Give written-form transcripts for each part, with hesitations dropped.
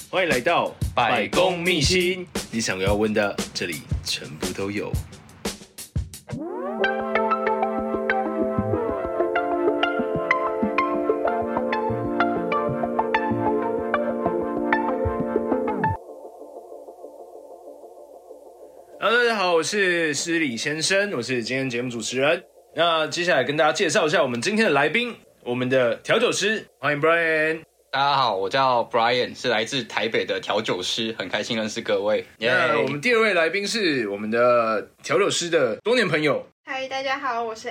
欢迎来到百工秘辛，你想要问的，这里全部都有。Hello， 大家好，我是施礼先生，我是今天节目主持人。那接下来跟大家介绍一下我们今天的来宾，我们的调酒师，欢迎 Brian。 大家好，我叫 Brian， 是来自台北的调酒师，很开心认识各位。 那我们第二位来宾是我们的调酒师的多年朋友。 嗨，大家好，我是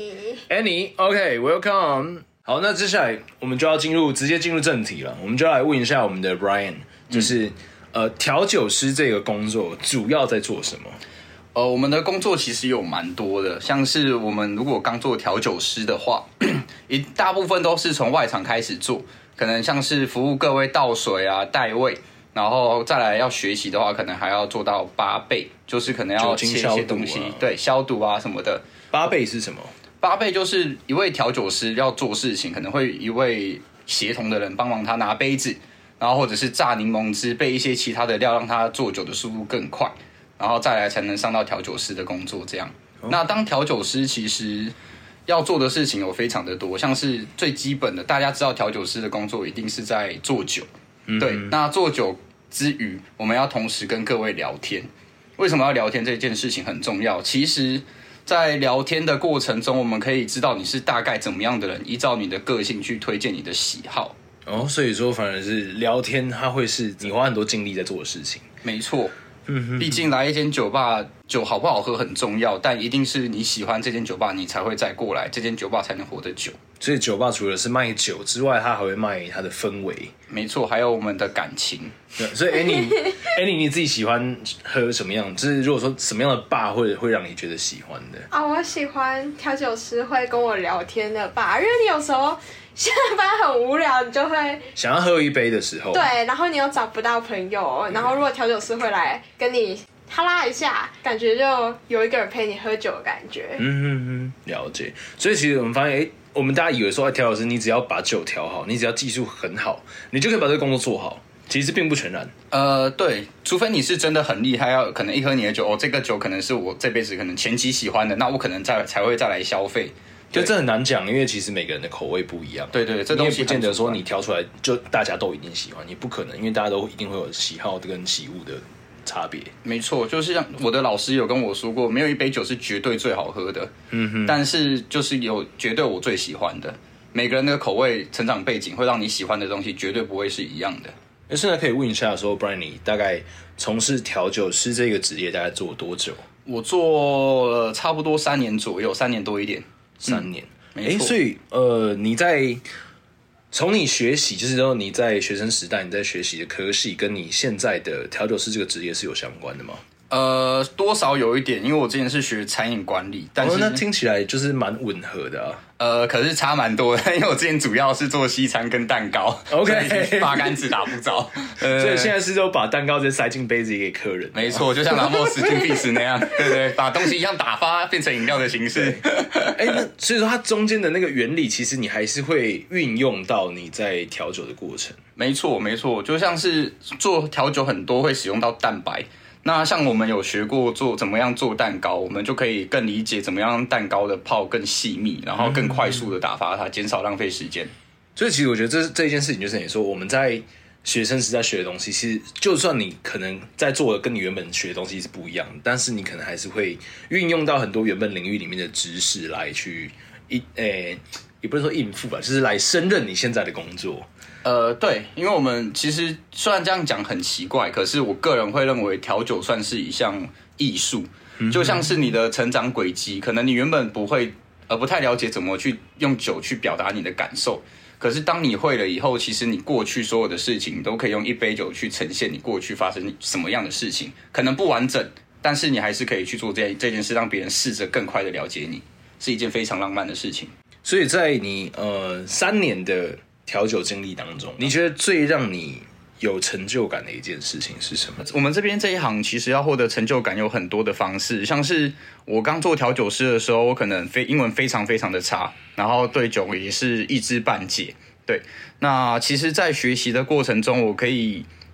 Annie。Annie，OK，Welcome。好，那接下来我们就要直接进入正题了。我们就要来问一下我们的 Brian， 就是调酒师这个工作主要在做什么？ 我们的工作其实有蛮多的，像是我们如果刚做调酒师的话，一大部分都是从外场开始做，可能像是服务各位倒水啊、带位，然后再来要学习的话，可能还要做到八倍，就是可能要切一些东西，对，消毒啊什么的。 八倍是什么？ 八倍就是一位调酒师要做事情，可能会一位协同的人帮忙他拿杯子，然后或者是榨柠檬汁，备一些其他的料，让他做酒的速度更快。然后再来才能上到调酒师的工作，这样。那当调酒师其实要做的事情有非常的多，像是最基本的，大家知道调酒师的工作一定是在做酒，对。那做酒之余，我们要同时跟各位聊天。为什么要聊天？这件事情很重要。其实，在聊天的过程中，我们可以知道你是大概怎么样的人，依照你的个性去推荐你的喜好。 哦，所以说反而是聊天，它会是你花很多精力在做的事情。 没错。毕竟来一间酒吧，酒好不好喝很重要，但一定是你喜欢这间酒吧，你才会再过来，这间酒吧才能活得久。 所以酒吧除了是卖酒之外，它还会卖它的氛围。 没错，还有我们的感情。 对，所以Annie，你自己喜欢喝什么样？就是如果说什么样的吧会让你觉得喜欢的？ 我喜欢调酒师会跟我聊天的吧，因为你有时候下班很无聊，你就会想要喝一杯的时候， 对，然后你又找不到朋友，然后如果调酒师会来跟你哈拉一下，感觉就有一个人陪你喝酒的感觉。 了解。所以其实我们发现，我们大家以为说调酒师你只要把酒调好，你只要技术很好，你就可以把这个工作做好。其实并不全然。 对，除非你是真的很厉害，可能一喝你的酒，这个酒可能是我这辈子可能前期喜欢的，那我可能才会再来消费。 就这很难讲，因为其实每个人的口味不一样。 对，这东西你也不见得说你调出来就大家都一定喜欢，也不可能，因为大家都一定会有喜好跟喜恶的差别。 没错，就是像我的老师有跟我说过，没有一杯酒是绝对最好喝的，但是就是有绝对我最喜欢的。每个人的口味、成长背景会让你喜欢的东西绝对不会是一样的。 现在可以问一下说 Brian， 你大概从事调酒师这个职业大概做多久？ 我做了差不多3年左右，3年多一点。 3年， 没错。 所以你从你学习，就是说你在学生时代你在学习的科系，跟你现在的调酒师这个职业是有相关的吗？ 多少有一点，因为我之前是学餐饮管理，但是那听起来就是蛮吻合的啊。 可是差蛮多的，因为我之前主要是做西餐跟蛋糕 ，OK， 八竿子打不着， 所以现在是都把蛋糕直接塞进杯子里给客人。 没错，就像拉莫斯金币斯那样，对，把东西一样打发变成饮料的形式。 那所以说它中间的那个原理，其实你还是会运用到你在调酒的过程。 没错，就像是做调酒很多会使用到蛋白。那像我们有学过怎么样做蛋糕，我们就可以更理解怎么样让蛋糕的泡更细密，然后更快速的打发它，减少浪费时间。 所以其实我觉得这一件事情就是你说我们在学生时代学的东西，其实就算你可能在做的跟你原本学的东西是不一样的，但是你可能还是会运用到很多原本领域里面的知识来去也不是说应付吧，就是来胜任你现在的工作。 对，因为我们其实虽然这样讲很奇怪，可是我个人会认为调酒算是一项艺术，就像是你的成长轨迹，可能你原本不太了解怎么去用酒去表达你的感受，可是当你会了以后，其实你过去所有的事情都可以用一杯酒去呈现你过去发生什么样的事情，可能不完整，但是你还是可以去做这件事，让别人试着更快的了解你，是一件非常浪漫的事情。 所以在你3年的调酒经历当中，你觉得最让你有成就感的一件事情是什么？ 我们这边这一行其实要获得成就感有很多的方式，像是我刚做调酒师的时候，我可能英文非常非常的差，然后对酒也是一知半解。对，那其实在学习的过程中，我可以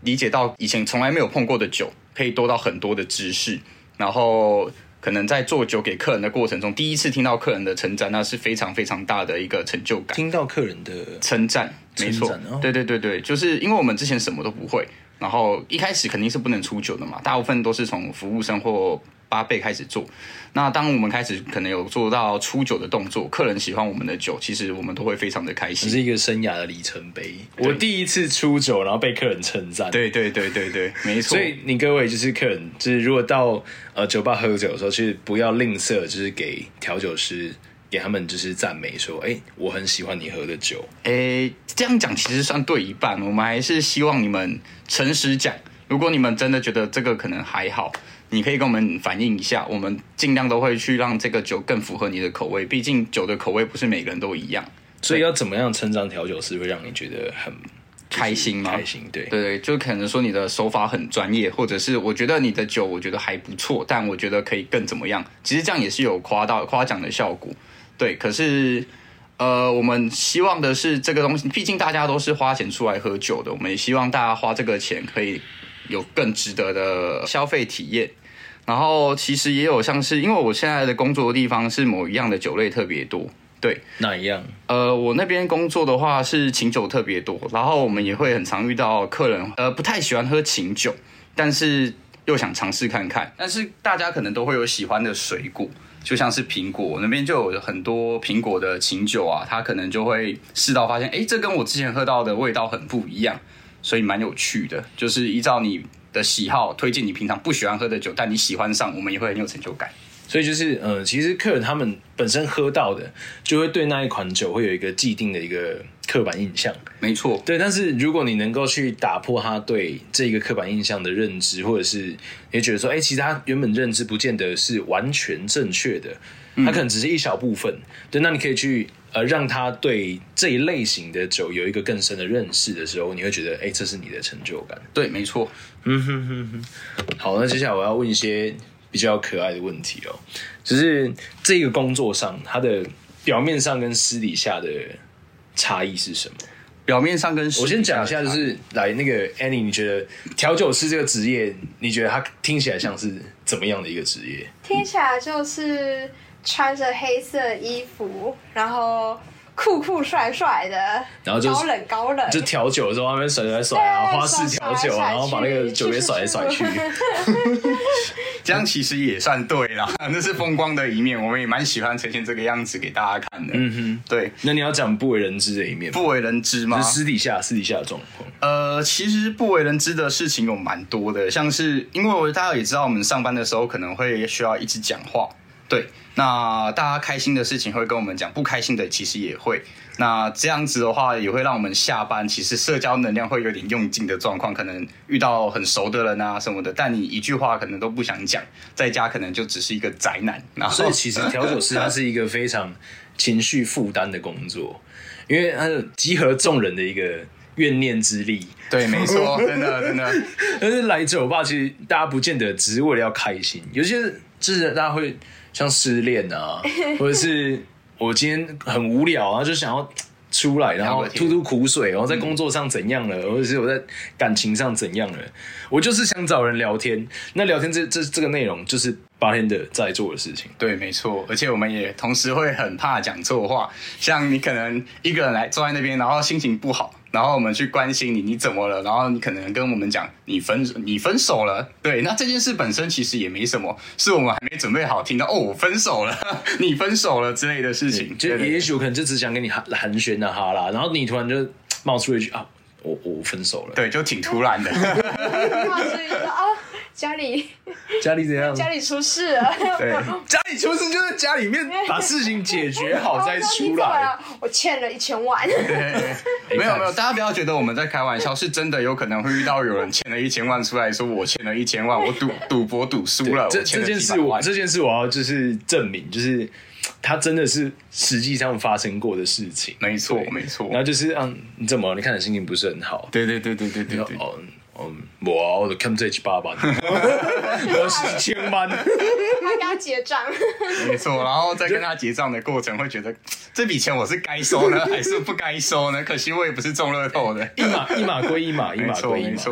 理解到以前从来没有碰过的酒，可以多到很多的知识，然后可能在做酒给客人的过程中，第一次听到客人的称赞，那是非常非常大的一个成就感。 听到客人的称赞，没错，对对对对，就是因为我们之前什么都不会，然后一开始肯定是不能出酒的嘛，大部分都是从服务生或8倍开始做。那当我们开始可能有做到出酒的动作，客人喜欢我们的酒，其实我们都会非常的开心。 这是一个生涯的里程碑。我第一次出酒，然后被客人称赞。 对对对对对，没错。 所以你各位就是客人，就是如果到酒吧喝酒的时候，就是不要吝啬，就是给调酒师。给他们就是赞美说，我很喜欢你喝的酒。 这样讲其实算对一半，我们还是希望你们诚实讲。如果你们真的觉得这个可能还好，你可以跟我们反映一下，我们尽量都会去让这个酒更符合你的口味。毕竟酒的口味不是每个人都一样， 所以要怎么样称赞调酒师会让你觉得很开心吗？ 开心，对对，就可能说你的手法很专业，或者是我觉得你的酒我觉得还不错，但我觉得可以更怎么样。其实这样也是有夸奖的效果。对，可是我们希望的是这个东西，毕竟大家都是花钱出来喝酒的，我们也希望大家花这个钱可以有更值得的消费体验。然后其实也有像是，因为我现在的工作的地方是某一样的酒类特别多。对， 哪一样？ 我那边工作的话是琴酒特别多，然后我们也会很常遇到客人不太喜欢喝琴酒，但是又想尝试看看。但是大家可能都会有喜欢的水果。就像是苹果，那边就有很多苹果的琴酒啊，他可能就会试到发现，这跟我之前喝到的味道很不一样，所以蛮有趣的。就是依照你的喜好推荐你平常不喜欢喝的酒，但你喜欢上，我们也会很有成就感。 所以就是其实客人他们本身喝到的，就会对那一款酒会有一个既定的一个刻板印象。 没错， 对。但是如果你能够去打破他对这个刻板印象的认知，或者是你会觉得说，其实他原本认知不见得是完全正确的，他可能只是一小部分。对，那你可以去让他对这一类型的酒有一个更深的认识的时候，你会觉得，这是你的成就感。 对，没错。 好，那接下来我要问一些比较可爱的问题哦，就是这个工作上，它的表面上跟私底下的差异是什么？ 表面上跟我先讲一下，就是来那个 Annie， 你觉得调酒师这个职业，你觉得它听起来像是怎么样的一个职业？ 听起来就是穿着黑色衣服，然后酷酷帅帅的， 然后就高冷， 就调酒的时候，他们甩来甩啊，花式调酒，然后把那个酒给甩来甩去。 这样其实也算对啦，那是风光的一面，我们也蛮喜欢呈现这个样子给大家看的。对。 那你要讲不为人知的一面吗？ 不为人知吗？ 私底下的状况。 其实不为人知的事情有蛮多的，像是因为大家也知道，我们上班的时候可能会需要一直讲话。对，那大家开心的事情会跟我们讲，不开心的其实也会。那这样子的话，也会让我们下班其实社交能量会有点用尽的状况，可能遇到很熟的人啊什么的，但你一句话可能都不想讲，在家可能就只是一个宅男。然后所以其实调酒师他是一个非常情绪负担的工作，因为他集合众人的一个怨念之力。 对，没错，真的。 但是来酒吧，其实大家不见得只是为了要开心，有些就是大家会像失恋啊，或者是我今天很无聊啊，就想要出来，然后吐吐苦水，然后在工作上怎样了，或者是我在感情上怎样了，我就是想找人聊天。那聊天这个内容就是bartender在做的事情。 对，没错，而且我们也同时会很怕讲错话，像你可能一个人来坐在那边，然后心情不好，然后我们去关心你怎么了，然后你可能跟我们讲你分手了。对，那这件事本身其实也没什么，是我们还没准备好听到我分手了，你分手了之类的事情。 就也许我可能就只想跟你寒暄啊哈啦，然后你突然就冒出一句啊，我分手了。 对，就挺突然的。 冒出一句啊，家里怎样？ 家里出事了。 对， 家里出事就在家里面把事情解决好再出来。 我欠了1000万。 对，没有，大家不要觉得我们在开玩笑，是真的有可能会遇到有人欠了1000万出来说我欠了1000万，我赌博赌输了，这件事我要就是证明，就是它真的是实际上发生过的事情。 没错。 然后就是你怎么？你看你心情不是很好。 对。 我就看这700万，我1000万， 他跟他结账。 没错，然后在跟他结账的过程会觉得这笔钱我是该收呢，还是不该收呢？可惜我也不是中乐透的， 一码归一码，一码归一码。 没错。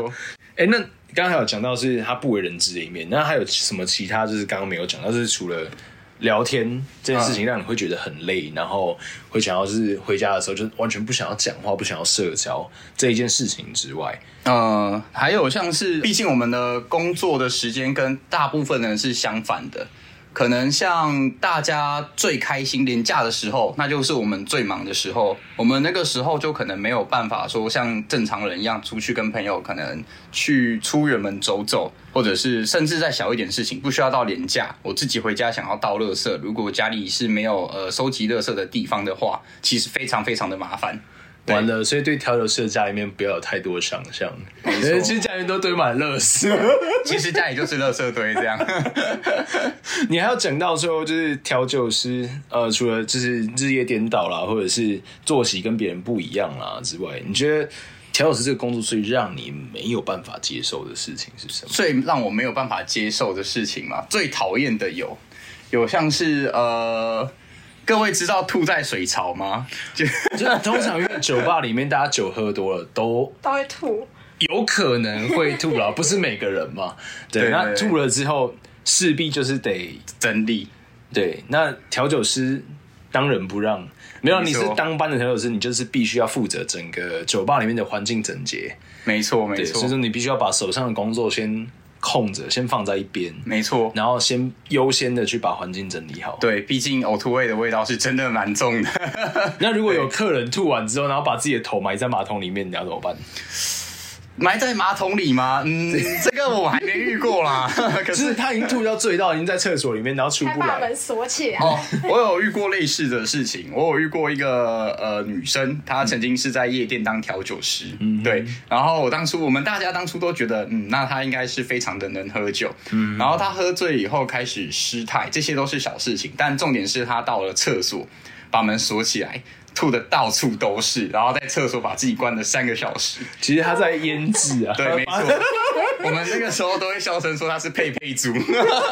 那刚刚还有讲到是他不为人知的一面，那还有什么其他就是刚刚没有讲到，就是除了聊天这件事情让你会觉得很累，然后会想要就是回家的时候就完全不想要讲话，不想要社交这一件事情之外， 还有像是，毕竟我们的工作的时间跟大部分人是相反的。可能像大家最开心连假的时候，那就是我们最忙的时候。我们那个时候就可能没有办法说像正常人一样出去跟朋友可能去出远门走走，或者是甚至再小一点事情不需要到连假，我自己回家想要倒垃圾，如果家里是没有收集垃圾的地方的话，其实非常非常的麻烦。 完了，所以对调酒师的家里面不要有太多想象，其实家里面都堆满垃圾， 其实家里就是垃圾堆这样。 你还要讲到说，就是调酒师，除了就是日夜颠倒啦，或者是作息跟别人不一样啦之外，你觉得调酒师这个工作最让你没有办法接受的事情是什么？ 最让我没有办法接受的事情嘛，最讨厌的有像是各位知道吐在水槽吗？就通常因为酒吧里面大家酒喝多了都会吐， 有可能会吐啦，不是每个人嘛。对，那吐了之后势必就是得整理。 对，那调酒师当仁不让，没有你是当班的调酒师，你就是必须要负责整个酒吧里面的环境整洁。 没错，没错。 所以说你必须要把手上的工作先空着，先放在一边， 没错， 然后先优先的去把环境整理好。 对，毕竟呕吐味的味道是真的蛮重的。 那如果有客人吐完之后，然后把自己的头埋在马桶里面，你要怎么办？ 埋在马桶里吗？这个我还没遇过啦。可是他已经吐到醉到，已经在厕所里面，然后出不来， 把门锁起来。 我有遇过类似的事情，我有遇过一个女生，她曾经是在夜店当调酒师，对。然后我们大家当初都觉得，那她应该是非常的能喝酒，然后她喝醉以后开始失态，这些都是小事情，但重点是她到了厕所，把门锁起来。吐的到处都是，然后在厕所把自己关了3个小时。 其实他在腌制啊， 对，没错。我们那个时候都会笑称说他是佩佩猪，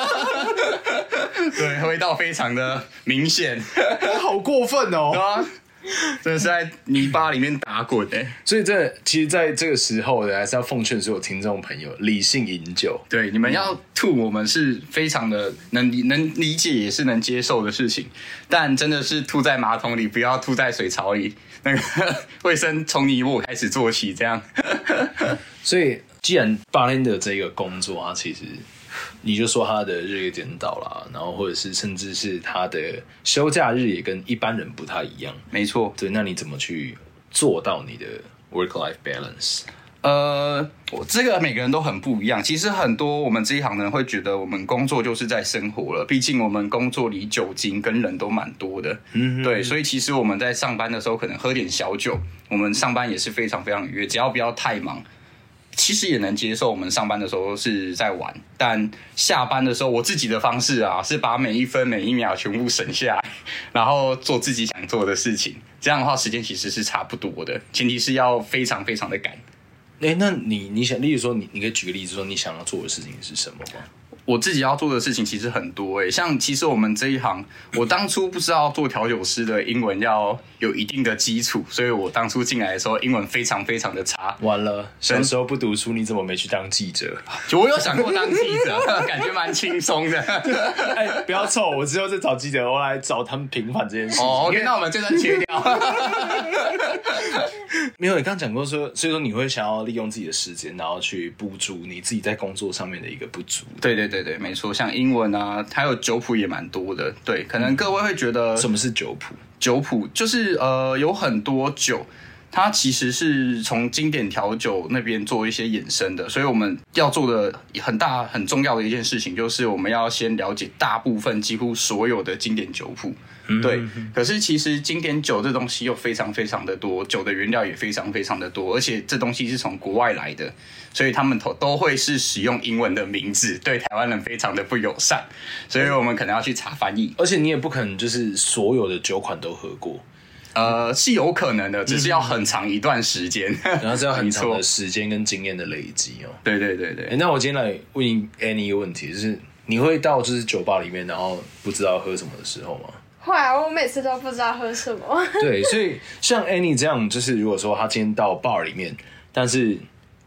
对，味道非常的明显， 好过分哦， 对啊，真的是在泥巴里面打滚所以其实在这个时候呢，还是要奉劝所有听众朋友理性饮酒。 对，你们要吐，我们是非常的能理解，也是能接受的事情。但真的是吐在马桶里，不要吐在水槽里。那个卫生从你我开始做起，这样。 所以，既然bartender这个工作啊，其实你就说他的日夜颠倒啦，然后或者是甚至是他的休假日也跟一般人不太一样。 没错， 对，那你怎么去做到你的 work-life balance？ 这个每个人都很不一样。其实很多我们这一行的人会觉得我们工作就是在生活了，毕竟我们工作离酒精跟人都蛮多的。对，所以其实我们在上班的时候可能喝点小酒，我们上班也是非常非常愉悦，只要不要太忙。其实也能接受我们上班的时候是在玩，但下班的时候我自己的方式啊，是把每一分每一秒全部省下来，然后做自己想做的事情。这样的话时间其实是差不多的，前提是要非常非常的赶。 那你想，例如说你可以举个例子说你想要做的事情是什么吗？ 我自己要做的事情其实很多像其实我们这一行，我当初不知道做调酒师的英文要有一定的基础，所以我当初进来的时候英文非常非常的差。 完了，小时候不读书，你怎么没去当记者？ 我有想过当记者，感觉蛮轻松的。 不要凑，我之后再找记者，我来找他们平反这件事。 OK， 那我们这段切掉。 没有，你刚刚讲过说，所以说你会想要利用自己的时间，然后去补足你自己在工作上面的一个不足。 对，没错，像英文啊，还有酒谱也蛮多的。对，可能各位会觉得什么是酒谱？ 酒谱就是有很多酒，它其实是从经典调酒那边做一些衍生的，所以我们要做的很重要的一件事情，就是我们要先了解大部分几乎所有的经典酒谱。对，可是其实经典酒这东西又非常非常的多，酒的原料也非常非常的多，而且这东西是从国外来的，所以他们都会是使用英文的名字，对台湾人非常的不友善，所以我们可能要去查翻译。 而且你也不可能就是所有的酒款都喝过。 是有可能的，只是要很长一段时间， 然后是要很长的时间跟经验的累积哦。 对。 那我今天来问 Annie 一个问题，就是你会到就是酒吧里面，然后不知道喝什么的时候吗？ 会啊，我每次都不知道喝什么。 对，所以像 Annie 这样，就是如果说他今天到 bar 里面，但是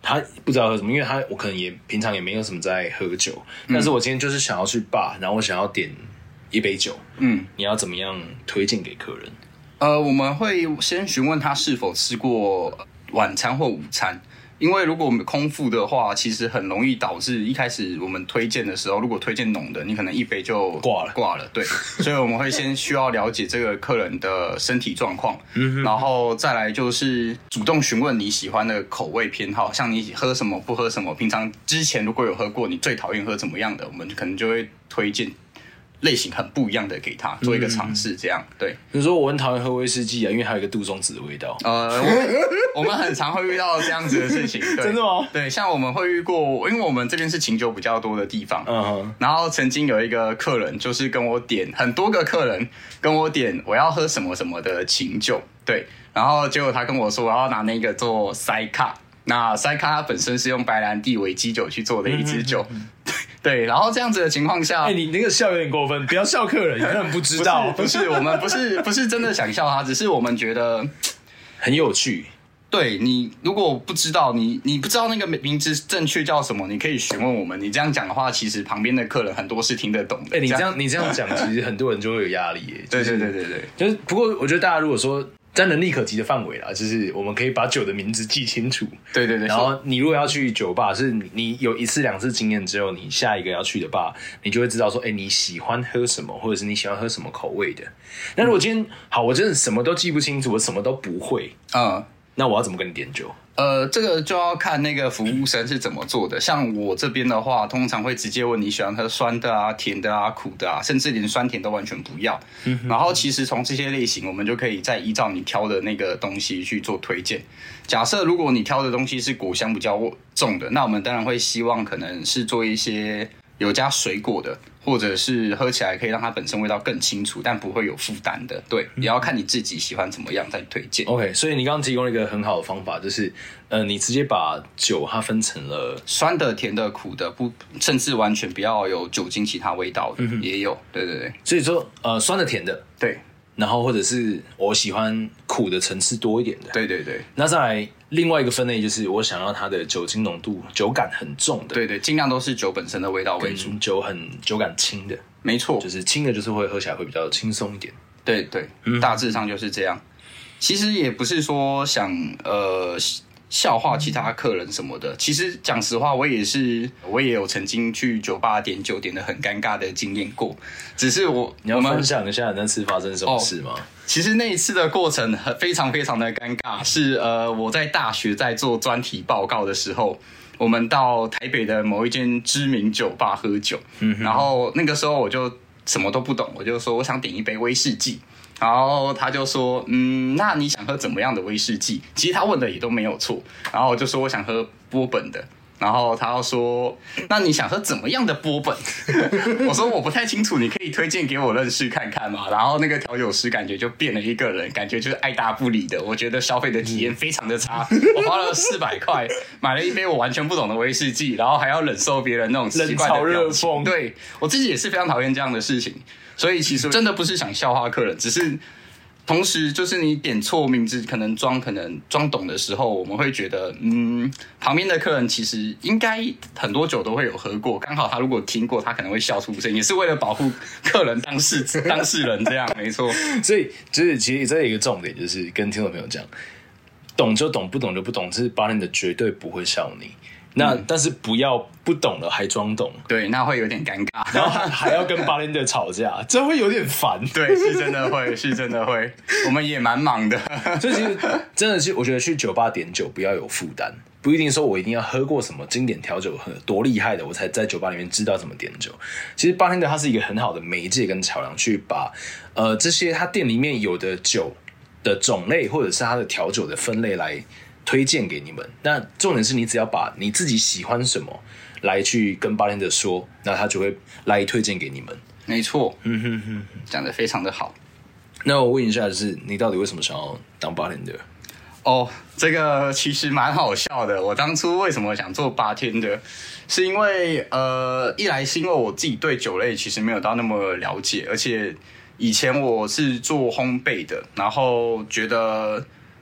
他不知道喝什么，因为我可能平常也没有什么在喝酒，但是我今天就是想要去 bar， 然后我想要点一杯酒，你要怎么样推荐给客人？ 我们会先询问他是否吃过晚餐或午餐。因为如果我们空腹的话，其实很容易导致一开始我们推荐的时候，如果推荐浓的，你可能一杯就挂了。对，所以我们会先需要了解这个客人的身体状况，然后再来就是主动询问你喜欢的口味偏好，像你喝什么不喝什么，平常之前如果有喝过，你最讨厌喝怎么样的，我们可能就会推荐类型很不一样的给他做一个尝试，这样对。 比如说我很讨厌喝威士忌啊，因为还有一个杜松子的味道。 我们很常会遇到这样子的事情。 真的吗？ 对，像我们会遇过，因为我们这边是琴酒比较多的地方，然后曾经有一个客人就是跟我点，很多个客人跟我点我要喝什么什么的琴酒，对，然后结果他跟我说我要拿那个做塞卡。那塞卡它本身是用白兰地为基酒去做的一支酒，对，然后这样子的情况下， 你那个笑有点过分，不要笑客人，你可能不知道， 不是我们不是真的想笑他，只是我们觉得很有趣。 对，你如果不知道你不知道那个名字正确叫什么，你可以询问我们。你这样讲的话，其实旁边的客人很多是听得懂的。 你这样讲，其实很多人就会有压力耶。 对， 就是不过我觉得大家如果说在能力可及的范围啦，就是我们可以把酒的名字记清楚。 对。 然后你如果要去酒吧，是你有1次2次经验之后，你下一个要去的吧，你就会知道说，你喜欢喝什么，或者是你喜欢喝什么口味的。那如果今天好，我真的什么都记不清楚，我什么都不会，那我要怎么跟你点酒？ 这个就要看那个服务生是怎么做的。像我这边的话，通常会直接问你喜欢喝酸的啊、甜的啊、苦的啊，甚至连酸甜都完全不要。然后其实从这些类型，我们就可以再依照你挑的那个东西去做推荐。假设如果你挑的东西是果香比较重的，那我们当然会希望可能是做一些有加水果的，或者是喝起来可以让它本身味道更清楚，但不会有负担的。对，也要看你自己喜欢怎么样再推荐。 OK， 所以你刚刚提供了一个很好的方法，就是你直接把酒它分成了酸的、甜的、苦的，甚至完全不要有酒精其他味道的，也有。对。 所以说酸的、甜的， 对。 然后或者是我喜欢苦的层次多一点的， 对。 那再来另外一个分类就是我想要它的酒精浓度、酒感很重的， 对，尽量都是酒本身的味道为主， 酒感轻的， 没错， 就是轻的，就是会喝起来会比较轻松一点。 对，大致上就是这样。其实也不是说想笑话其他客人什么的。其实讲实话，我也有曾经去酒吧点酒点的很尴尬的经验过。只是你要分享一下你那次发生什么事吗？ 其实那一次的过程非常非常的尴尬，是我在大学在做专题报告的时候，我们到台北的某一间知名酒吧喝酒，然后那个时候我就什么都不懂，我就说我想点一杯威士忌。然后他就说，那你想喝怎么样的威士忌？其实他问的也都没有错。然后我就说我想喝波本的。然后他又说，那你想喝怎么样的波本？我说我不太清楚，你可以推荐给我认识看看嘛。然后那个调酒师感觉就变了一个人，感觉就是爱答不理的。我觉得消费的体验非常的差。我花了400块买了一杯我完全不懂的威士忌，然后还要忍受别人那种奇怪的表情。对，我自己也是非常讨厌这样的事情。所以其实真的不是想笑话客人，只是同时就是你点错名字，可能装懂的时候，我们会觉得，旁边的客人其实应该很多酒都会有喝过，刚好他如果听过，他可能会笑出声，也是为了保护客人当事人这样，没错。 所以就是其实这有一个重点，就是跟听众朋友讲，懂就懂，不懂就不懂，这是bartender绝对不会笑你。那但是不要不懂了还装懂， 对，那会有点尴尬， 然后还要跟bartender吵架，这会有点烦。 对，是真的会，我们也蛮忙的。 所以其实真的是，我觉得去酒吧点酒不要有负担，不一定说我一定要喝过什么经典调酒多厉害的，我才在酒吧里面知道怎么点酒。其实bartender它是一个很好的媒介跟桥梁，去把这些他店里面有的酒的种类，或者是他的调酒的分类来推荐给你们。那重点是你只要把你自己喜欢什么来去跟bartender说，那他就会来推荐给你们。 没错，讲得非常的好。 那我问一下，就是你到底为什么想要当bartender？ 这个其实蛮好笑的。我当初为什么想做bartender，是因为一来是因为我自己对酒类其实没有到那么了解，而且以前我是做烘焙的，然后觉得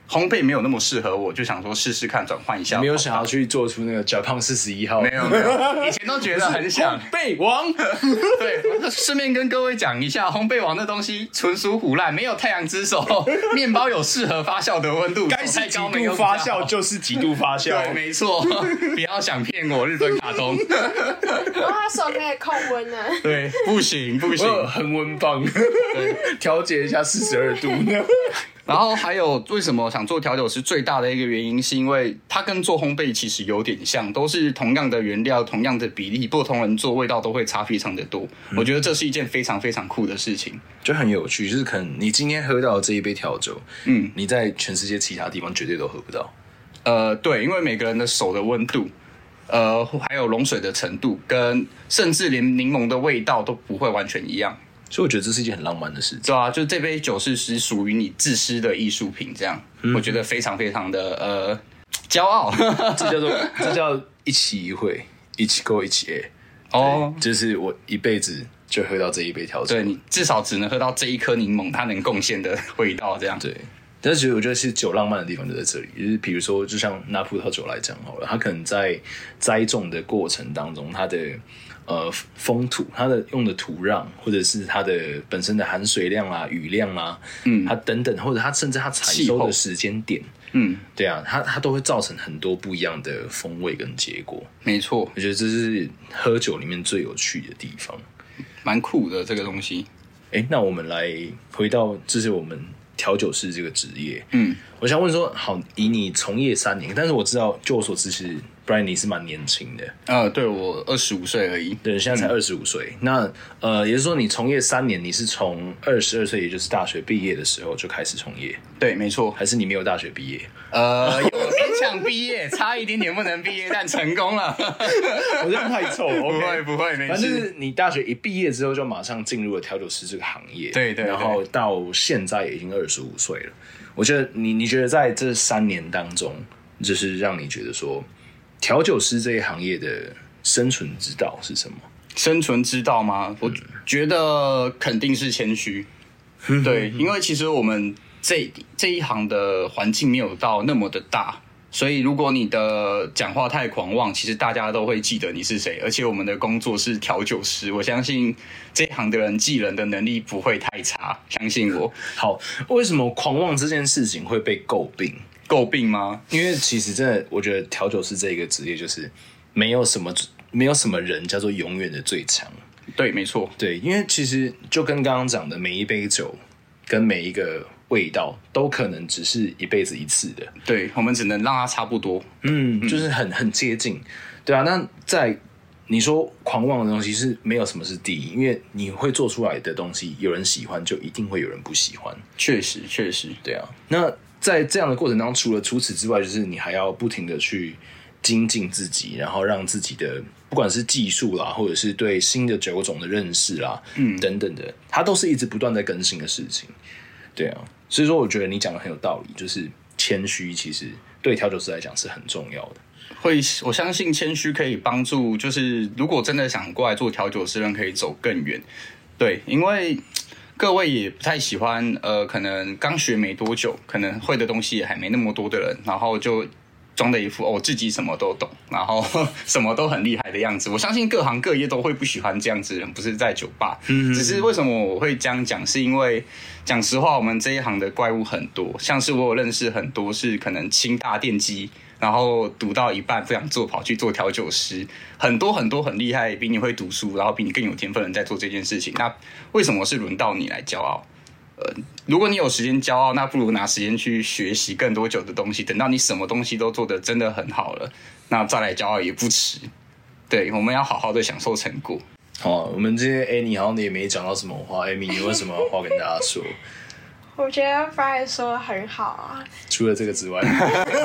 烘焙没有那么适合我，就想说试试看转换一下。 没有想要去做出那个甲胖41号？ 没有，以前都觉得很想烘焙王。 对，顺便跟各位讲一下，烘焙王的东西纯属唬烂，没有太阳之手，面包有适合发酵的温度， 该是几度发酵就是几度发酵。 对，没错，不要想骗我，日本卡通。 他手可以控温呢。 对，不行， 恒温棒，对，调节一下42度。 然后还有为什么想做调酒师最大的一个原因，是因为它跟做烘焙其实有点像，都是同样的原料、同样的比例，不同人做味道都会差非常的多。我觉得这是一件非常非常酷的事情， 就很有趣。就是可能你今天喝到的这一杯调酒，你在全世界其他地方绝对都喝不到。 对，因为每个人的手的温度，还有溶水的程度，跟甚至连柠檬的味道都不会完全一样。 所以我觉得这是一件很浪漫的事情。 对啊，就这杯酒是属于你自私的艺术品，这样，我觉得非常非常的骄傲。 这叫一期一会，一起够一起 A。哦，就是我一辈子就喝到这一杯调酒。 对，你至少只能喝到这一颗柠檬它能贡献的味道，这样。 对。但是其实我觉得是酒浪漫的地方就在这里，就是比如说，就像拿葡萄酒来讲好了，它可能在栽种的过程当中，它的风土，它的用的土壤，或者是它的本身的含水量啊、雨量啊，它等等，或者它甚至它采收的时间点，对啊，它都会造成很多不一样的风味跟结果。 没错， 我觉得这是喝酒里面最有趣的地方， 蛮酷的这个东西。 那我们来回到，这是我们调酒师这个职业，我想问说，好，以你从业3年，但是我知道，就我所知是 Brian 你是蛮年轻的， 对，我25岁而已， 对，现在才25岁，那也就是说你从业3年，你是从22岁，也就是大学毕业的时候就开始从业， 对，没错， 还是你没有大学毕业？ 有勉强毕业，差一点点不能毕业，但成功了。 我这样太臭了， 不会，没事。 反正就是你大学一毕业之后就马上进入了调酒师这个行业， 对， 然后到现在已经25岁了。我觉得你觉得在这3年当中，就是让你觉得说调酒师这一行业的生存之道是什么？ 生存之道吗？我觉得肯定是谦虚。对，因为其实我们这一行的环境没有到那么的大，所以如果你的讲话太狂妄，其实大家都会记得你是谁。而且我们的工作是调酒师，我相信这一行的人记人的能力不会太差，相信我。 好，为什么狂妄这件事情会被诟病？ 诟病吗？ 因为其实真的，我觉得调酒师这个职业就是没有什么人叫做永远的最强。 对，没错。 对，因为其实就跟刚刚讲的，每一杯酒跟每一个味道都可能只是一辈子一次的。 对，我们只能让它差不多。 就是很接近。对啊，那在你说狂妄的东西是没有什么是第一，因为你会做出来的东西，有人喜欢就一定会有人不喜欢。 确实。 对啊，那在这样的过程当中，除此之外，就是你还要不停的去精进自己，然后让自己的不管是技术啦，或者是对新的酒种的认识啦，等等的，它都是一直不断在更新的事情。对啊，所以说我觉得你讲的很有道理，就是谦虚其实对调酒师来讲是很重要的。 我相信谦虚可以帮助，就是如果真的想过来做调酒师，人可以走更远。对，因为各位也不太喜欢，可能刚学没多久，可能会的东西也还没那么多的人，然后就装的一副自己什么都懂，然后什么都很厉害的样子。我相信各行各业都会不喜欢这样子的人，不是在酒吧。只是为什么我会这样讲，是因为讲实话，我们这一行的怪物很多，像是我有认识很多是可能清大电机，然后读到一半不想做，跑去做调酒师，很多很厉害，比你会读书，然后比你更有天分的人在做这件事情。那为什么是轮到你来骄傲？如果你有时间骄傲，那不如拿时间去学习更多酒的东西。等到你什么东西都做得真的很好了，那再来骄傲也不迟。对，我们要好好的享受成果。 好，我们这些Annie好像也没讲到什么话。Amy，你有什么话跟大家说？ 我觉得 Brian 说得很好啊。 除了这个之外， 就是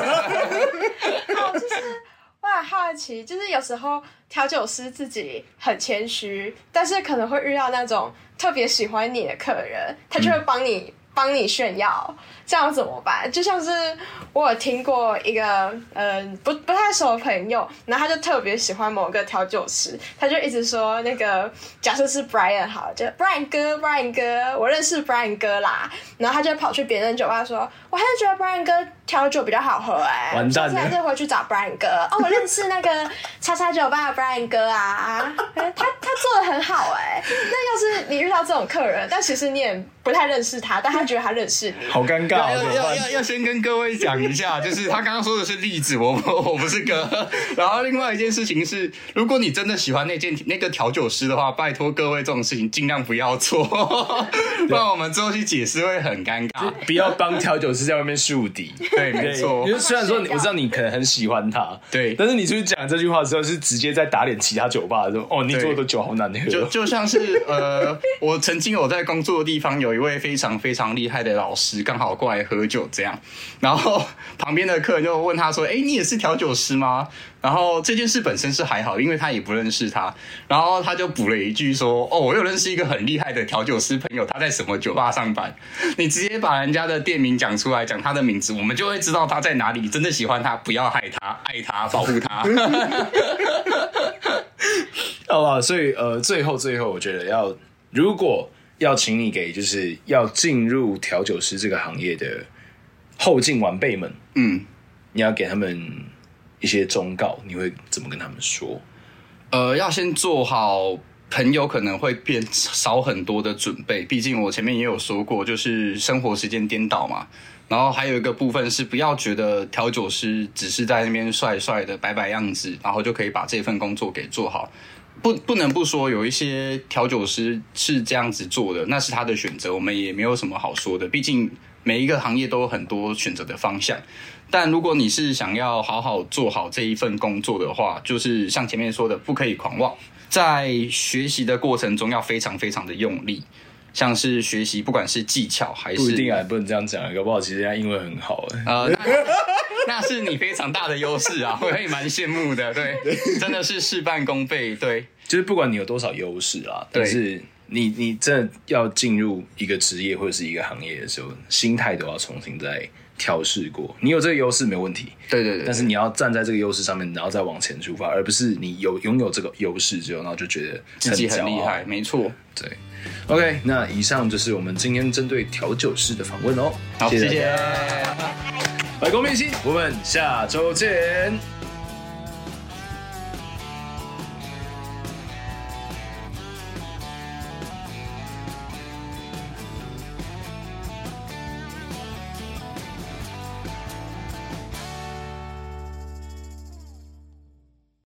我很好奇，就是有时候调酒师自己很谦虚，但是可能会遇到那种特别喜欢你的客人，他就会帮你帮你炫耀，这样怎么办？就像是我有听过一个不太熟的朋友，然后他就特别喜欢某个调酒师，他就一直说那个假设是 Brian 好了，就 Brian 哥，我认识 Brian 哥啦，然后他就跑去别人酒吧说，我还是觉得 Brian 哥调酒比较好喝完蛋了， 下次还是回去找 Brian 哥哦，我认识那个叉叉酒吧的 Brian 哥啊，他做的很好那要是你遇到这种客人，但其实你也不太认识他，但他觉得他认识你， 好尴尬。 要先跟各位讲一下，就是他刚刚说的是例子，我不是哥。然后另外一件事情是，如果你真的喜欢那个调酒师的话，拜托各位这种事情尽量不要做，不然我们之后去解释会很尴尬。 不要帮调酒师在外面树敌。 对，没错。 因为虽然说我知道你可能很喜欢他， 对， 但是你出去讲这句话的时候，是直接在打脸其他酒吧的时候，哦，你做的酒好难喝。 就像是我曾经有在工作的地方有一位非常非常厉害的老师，刚好过来喝酒这样，然后旁边的客人就问他说：“你也是调酒师吗？”然后这件事本身是还好，因为他也不认识他，然后他就补了一句说：“我有认识一个很厉害的调酒师朋友，他在什么酒吧上班。”你直接把人家的店名讲出来，讲他的名字，我们就会知道他在哪里。真的喜欢他，不要害他，爱他，保护他。 好吧，所以最后，我觉得如果要请你给就是要进入调酒师这个行业的后进晚辈们，你要给他们一些忠告，你会怎么跟他们说？ 要先做好朋友可能会变少很多的准备，毕竟我前面也有说过，就是生活时间颠倒嘛。然后还有一个部分是不要觉得调酒师只是在那边帅帅的摆摆样子，然后就可以把这份工作给做好。不能不说有一些调酒师是这样子做的，那是他的选择，我们也没有什么好说的，毕竟每一个行业都有很多选择的方向。但如果你是想要好好做好这一份工作的话，就是像前面说的，不可以狂妄，在学习的过程中要非常非常的用力，像是学习不管是技巧还是不一定啊，不能这样讲，搞不好其实人家英文很好那是你非常大的优势啊，我也蛮羡慕的，对，真的是事半功倍，对， 就是不管你有多少优势啦，但是你真的要进入一个职业或者是一个行业的时候，心态都要重新再调试过。你有这个优势没问题， 对， 但是你要站在这个优势上面，然后再往前出发，而不是你拥有这个优势之后，然后就觉得自己很厉害，没错， 对。OK， 那以上就是我们今天针对调酒师的访问哦。 好，谢谢。 百工明星，我们下周见。